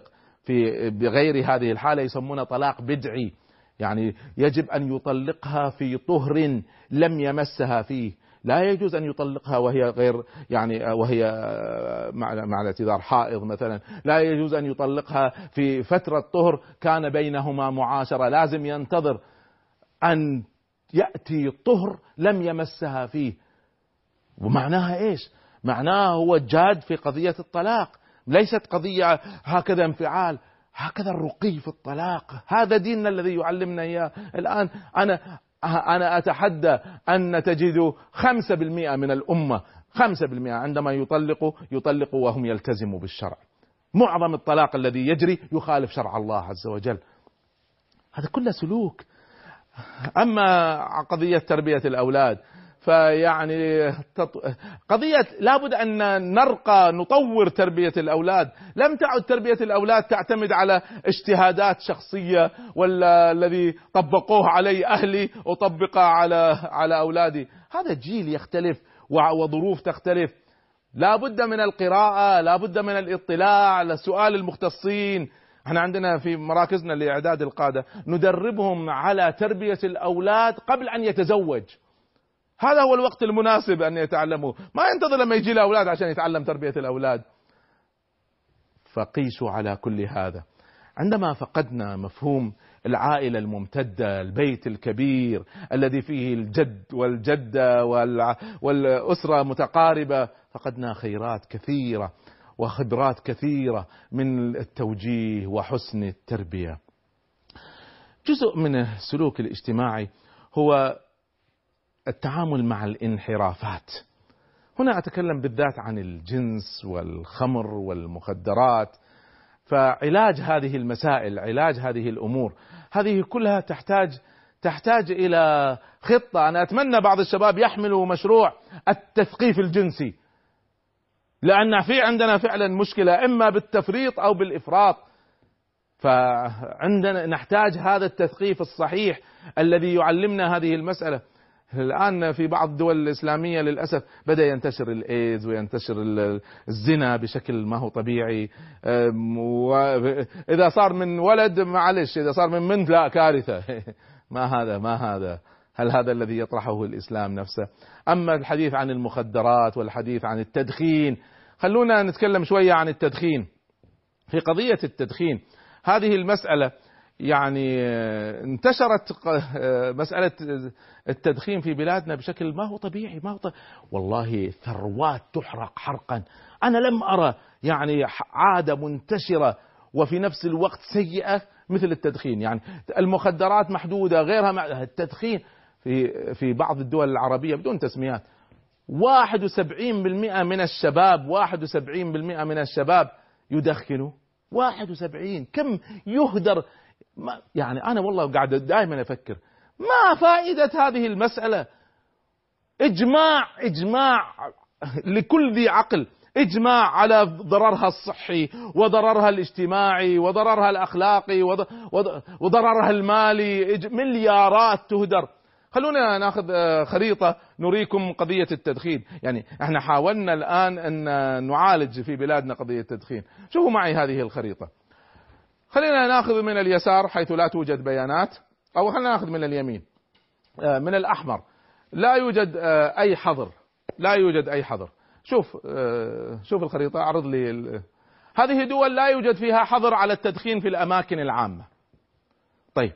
بغير هذه الحالة يسمونه طلاق بدعي. يعني يجب أن يطلقها في طهر لم يمسها فيه. لا يجوز أن يطلقها وهي غير، يعني وهي مع الاعتذار حائض مثلا. لا يجوز أن يطلقها في فترة طهر كان بينهما معاشرة. لازم ينتظر أن يأتي طهر لم يمسها فيه. ومعناها إيش؟ معناها هو جاد في قضية الطلاق، ليست قضية هكذا انفعال. هكذا الرقي في الطلاق. هذا ديننا الذي يعلمنا إياه. الآن أنا أتحدى أن تجد 5% من الأمة 5% عندما يطلقوا وهم يلتزموا بالشرع. معظم الطلاق الذي يجري يخالف شرع الله عز وجل. هذا كله سلوك. أما قضية تربية الأولاد، فيعني قضية لابد أن نرقى، نطور تربية الأولاد. لم تعد تربية الأولاد تعتمد على اجتهادات شخصية، ولا الذي طبقوه علي أهلي أطبقه على أولادي. هذا جيل يختلف وظروف تختلف. لابد من القراءة، لابد من الاطلاع على سؤال المختصين. احنا عندنا في مراكزنا لإعداد القادة ندربهم على تربية الأولاد قبل أن يتزوج. هذا هو الوقت المناسب أن يتعلموا، ما ينتظر لما يجي له أولاد عشان يتعلم تربية الأولاد. فقيسوا على كل هذا. عندما فقدنا مفهوم العائلة الممتدة، البيت الكبير الذي فيه الجد والجدة والأسرة متقاربة، فقدنا خيرات كثيرة وخبرات كثيرة من التوجيه وحسن التربية. جزء من السلوك الاجتماعي هو التعامل مع الانحرافات. هنا أتكلم بالذات عن الجنس والخمر والمخدرات. فعلاج هذه المسائل، علاج هذه الأمور، هذه كلها تحتاج إلى خطة. أنا أتمنى بعض الشباب يحملوا مشروع التثقيف الجنسي، لأن في عندنا فعلا مشكلة إما بالتفريط أو بالإفراط. فعندنا نحتاج هذا التثقيف الصحيح الذي يعلمنا هذه المسألة. الآن في بعض الدول الإسلامية للأسف بدأ ينتشر الإيدز وينتشر الزنا بشكل ما هو طبيعي. وإذا صار من ولد معلش، إذا صار من بنت لا كارثة. ما هذا هل هذا الذي يطرحه الإسلام نفسه؟ أما الحديث عن المخدرات والحديث عن التدخين، خلونا نتكلم شوية عن التدخين. في قضية التدخين هذه المسألة يعني انتشرت مسألة التدخين في بلادنا بشكل ما هو طبيعي، والله ثروات تحرق حرقا. أنا لم أرى يعني عادة منتشرة وفي نفس الوقت سيئة مثل التدخين. يعني المخدرات محدودة، غيرها التدخين في بعض الدول العربية بدون تسميات 71% من الشباب 71% من الشباب يدخنوا. 71 كم يهدر. يعني أنا والله قاعد دائما أفكر ما فائدة هذه المسألة. إجماع لكل ذي عقل، إجماع على ضررها الصحي وضررها الاجتماعي وضررها الأخلاقي وضررها المالي، مليارات تهدر. خلونا ناخذ خريطة نريكم قضية التدخين. يعني احنا حاولنا الآن أن نعالج في بلادنا قضية التدخين. شوفوا معي هذه الخريطة. خلينا ناخذ من اليسار حيث لا توجد بيانات، أو خلينا ناخذ من اليمين من الأحمر. لا يوجد أي حظر، لا يوجد أي حظر. شوف الخريطة، أعرض لي هذه دول لا يوجد فيها حظر على التدخين في الأماكن العامة. طيب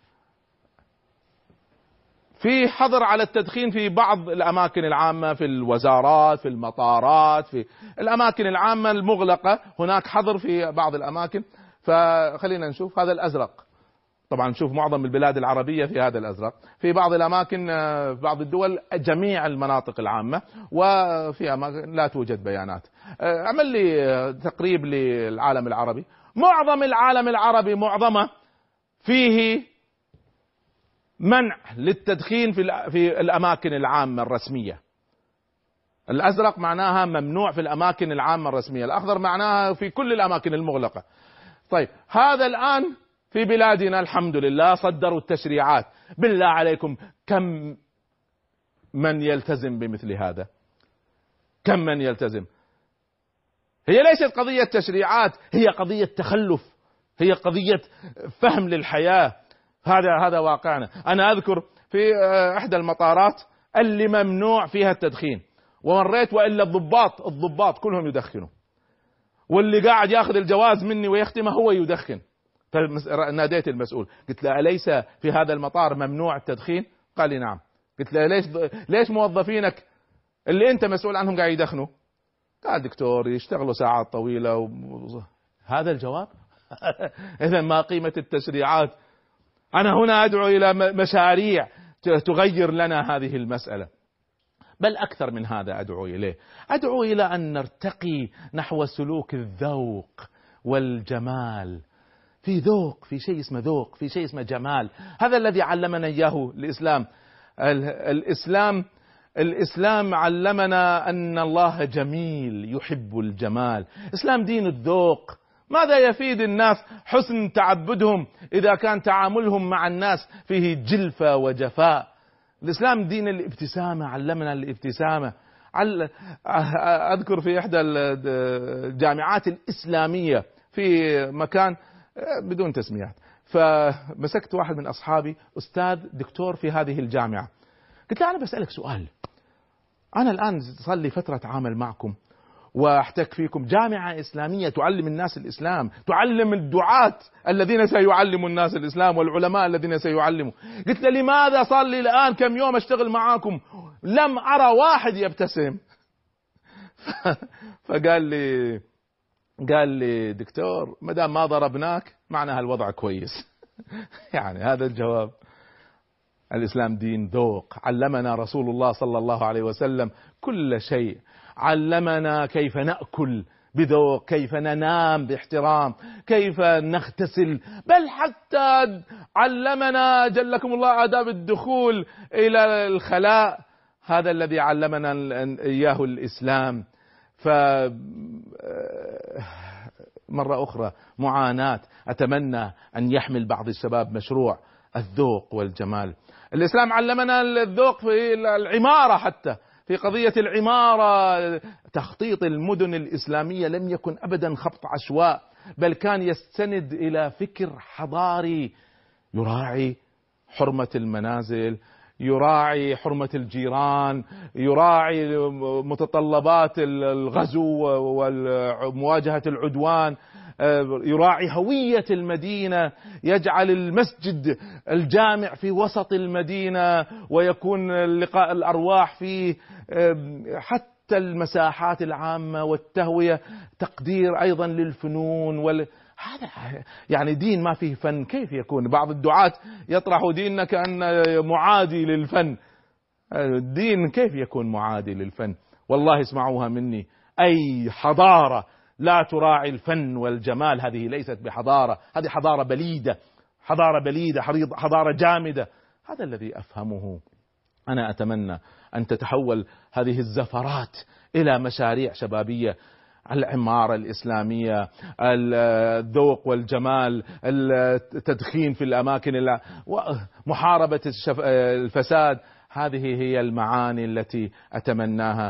في حظر على التدخين في بعض الأماكن العامة، في الوزارات، في المطارات، في الأماكن العامة المغلقة هناك حظر في بعض الأماكن. فخلينا نشوف هذا الأزرق. طبعا نشوف معظم البلاد العربية في هذا الأزرق. في بعض الأماكن في بعض الدول جميع المناطق العامة، وفي أماكن لا توجد بيانات. أعمل لي تقريب للعالم العربي. معظم العالم العربي معظمه فيه منع للتدخين في الأماكن العامة الرسمية. الأزرق معناها ممنوع في الأماكن العامة الرسمية، الأخضر معناها في كل الأماكن المغلقة. طيب هذا الآن في بلادنا الحمد لله صدروا التشريعات. بالله عليكم كم من يلتزم بمثل هذا؟ كم من يلتزم؟ هي ليست قضية تشريعات، هي قضية تخلف، هي قضية فهم للحياة. هذا واقعنا. أنا أذكر في إحدى المطارات اللي ممنوع فيها التدخين، ومريت وإلا الضباط كلهم يدخنوا، واللي قاعد ياخذ الجواز مني ويختمه هو يدخن. فناديت المسؤول قلت له أليس في هذا المطار ممنوع التدخين؟ قال لي نعم. قلت له ليش موظفينك اللي أنت مسؤول عنهم قاعد يدخنوا؟ قال دكتور يشتغلوا ساعات طويلة هذا الجواب. إذا ما قيمة التشريعات؟ أنا هنا أدعو إلى مشاريع تغير لنا هذه المسألة، بل أكثر من هذا أدعو إلى أن نرتقي نحو سلوك الذوق والجمال. في ذوق، في شيء اسمه ذوق، في شيء اسمه جمال. هذا الذي علمنا إياه الإسلام. الإسلام علمنا أن الله جميل يحب الجمال. الإسلام دين الذوق. ماذا يفيد الناس حسن تعبدهم إذا كان تعاملهم مع الناس فيه جلفة وجفاء؟ الإسلام دين الابتسامة، علمنا الابتسامة. أذكر في إحدى الجامعات الإسلامية في مكان بدون تسميات، فمسكت واحد من أصحابي أستاذ دكتور في هذه الجامعة، قلت له أنا بسألك سؤال، أنا الآن صار لي فترة أتعامل معكم واحتك فيكم، جامعة إسلامية تعلم الناس الإسلام، تعلم الدعاة الذين سيعلموا الناس الإسلام والعلماء الذين سيعلموا. قلت له لماذا صار لي الآن كم يوم أشتغل معاكم لم أرى واحد يبتسم؟ فقال لي دكتور ما دام ما ضربناك معناها الوضع كويس. يعني هذا الجواب. الإسلام دين ذوق، علمنا رسول الله صلى الله عليه وسلم كل شيء، علمنا كيف نأكل بذوق، كيف ننام باحترام، كيف نغتسل، بل حتى علمنا جلكم الله آداب الدخول إلى الخلاء. هذا الذي علمنا إياه الإسلام. مرة أخرى معاناة، أتمنى أن يحمل بعض الشباب مشروع الذوق والجمال. الإسلام علمنا الذوق في العمارة، حتى في قضية العمارة تخطيط المدن الإسلامية لم يكن أبدا خبط عشواء، بل كان يستند إلى فكر حضاري يراعي حرمة المنازل، يراعي حرمة الجيران، يراعي متطلبات الغزو ومواجهة العدوان، يراعي هوية المدينة، يجعل المسجد الجامع في وسط المدينة ويكون لقاء الأرواح فيه، حتى المساحات العامة والتهوية، تقدير أيضا للفنون هذا يعني دين ما فيه فن كيف يكون؟ بعض الدعاة يطرحوا ديننا كأن معادي للفن. الدين كيف يكون معادي للفن؟ والله اسمعوها مني، أي حضارة لا تراعي الفن والجمال هذه ليست بحضارة، هذه حضارة بليدة، حضارة بليدة، حضارة جامدة. هذا الذي أفهمه. أنا أتمنى أن تتحول هذه الزفرات إلى مشاريع شبابية، العمارة الإسلامية، الذوق والجمال، التدخين في الأماكن، محاربة الفساد. هذه هي المعاني التي أتمناها.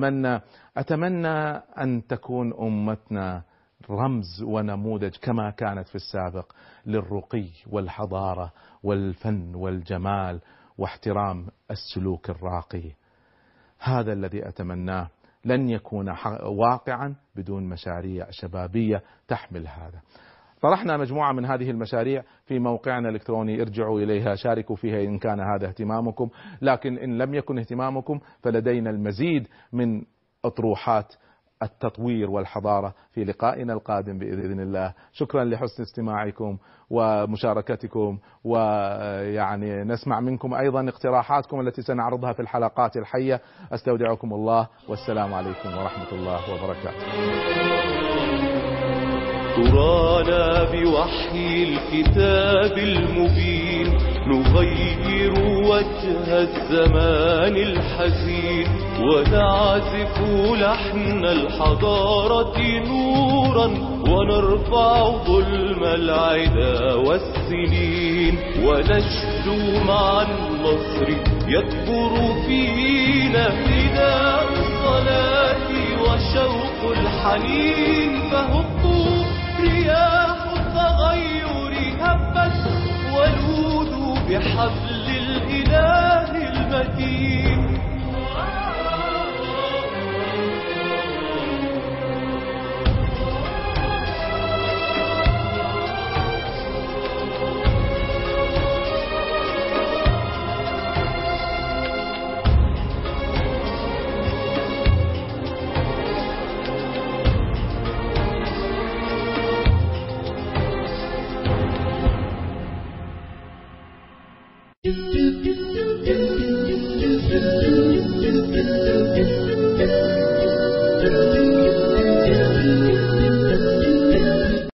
أتمنى أن تكون أمتنا رمز ونموذج كما كانت في السابق للرقي والحضارة والفن والجمال واحترام السلوك الراقي. هذا الذي أتمناه، لن يكون واقعا بدون مشاريع شبابية تحمل هذا. طرحنا مجموعة من هذه المشاريع في موقعنا الإلكتروني، ارجعوا إليها، شاركوا فيها إن كان هذا اهتمامكم، لكن إن لم يكن اهتمامكم فلدينا المزيد من أطروحات التطوير والحضارة في لقائنا القادم بإذن الله. شكرا لحسن استماعكم ومشاركتكم، ويعني نسمع منكم أيضا اقتراحاتكم التي سنعرضها في الحلقات الحية. أستودعكم الله، والسلام عليكم ورحمة الله وبركاته. ترانا بوحي الكتاب المبين نغير وجه الزمان الحزين، ونعزف لحن الحضارة نورا، ونرفع ظلم العدا والسنين، ونشدو مع النصر يكبر فينا نداء الصلاة وشوق الحنين. فهبوا رياح التغير هبت، ولودوا بحبل الإله المتين.